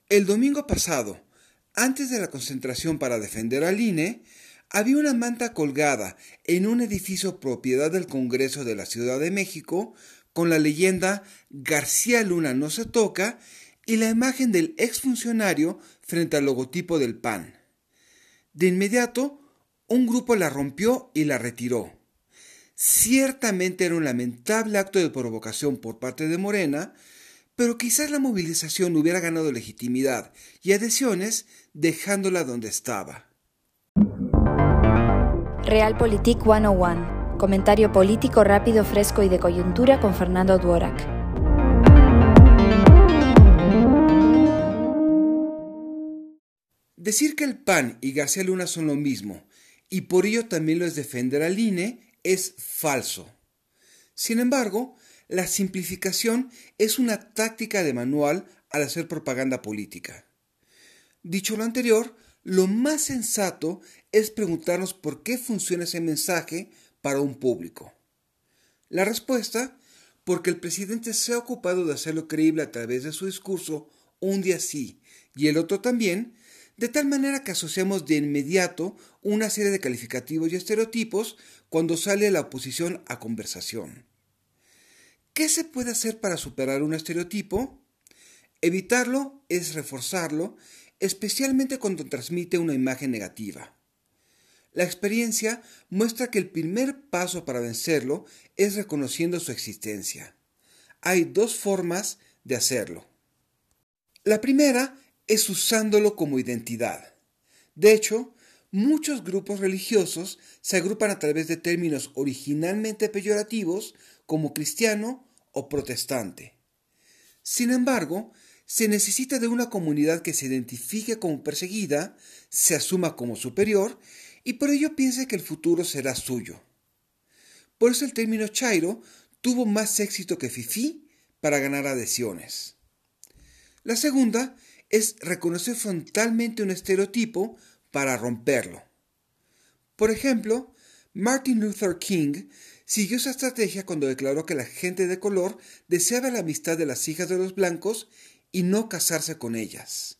El domingo pasado, antes de la concentración para defender al INE, había una manta colgada en un edificio propiedad del Congreso de la Ciudad de México con la leyenda García Luna no se toca y la imagen del exfuncionario frente al logotipo del PAN. De inmediato, un grupo la rompió y la retiró. Ciertamente era un lamentable acto de provocación por parte de Morena, pero quizás la movilización hubiera ganado legitimidad y adhesiones dejándola donde estaba. Realpolitik 101. Comentario político rápido, fresco y de coyuntura con Fernando Dworak. Decir que el PAN y García Luna son lo mismo, y por ello también lo es defender al INE, es falso. Sin embargo, la simplificación es una táctica de manual al hacer propaganda política. Dicho lo anterior, lo más sensato es preguntarnos por qué funciona ese mensaje para un público. La respuesta, porque el presidente se ha ocupado de hacerlo creíble a través de su discurso un día sí y el otro también, de tal manera que asociamos de inmediato una serie de calificativos y estereotipos cuando sale la oposición a conversación. ¿Qué se puede hacer para superar un estereotipo? Evitarlo es reforzarlo, especialmente cuando transmite una imagen negativa. La experiencia muestra que el primer paso para vencerlo es reconociendo su existencia. Hay dos formas de hacerlo. La primera es usándolo como identidad. De hecho, muchos grupos religiosos se agrupan a través de términos originalmente peyorativos como cristiano o protestante. Sin embargo, se necesita de una comunidad que se identifique como perseguida, se asuma como superior y por ello piense que el futuro será suyo. Por eso el término chairo tuvo más éxito que fifí para ganar adhesiones. La segunda es reconocer frontalmente un estereotipo para romperlo. Por ejemplo, Martin Luther King siguió esa estrategia cuando declaró que la gente de color deseaba la amistad de las hijas de los blancos y no casarse con ellas.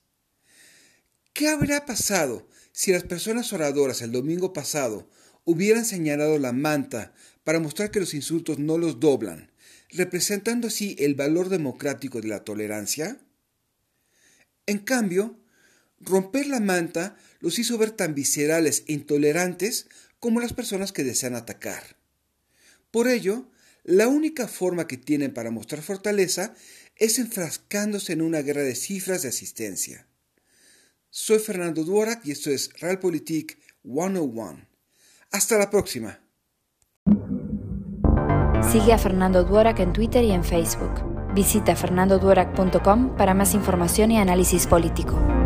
¿Qué habría pasado si las personas oradoras el domingo pasado hubieran señalado la manta para mostrar que los insultos no los doblan, representando así el valor democrático de la tolerancia? En cambio, romper la manta los hizo ver tan viscerales e intolerantes como las personas que desean atacar. Por ello, la única forma que tienen para mostrar fortaleza es enfrascándose en una guerra de cifras de asistencia. Soy Fernando Dworak y esto es Realpolitik 101. Hasta la próxima. Sigue a Fernando Dworak en Twitter y en Facebook. Visita fernandodworak.com para más información y análisis político.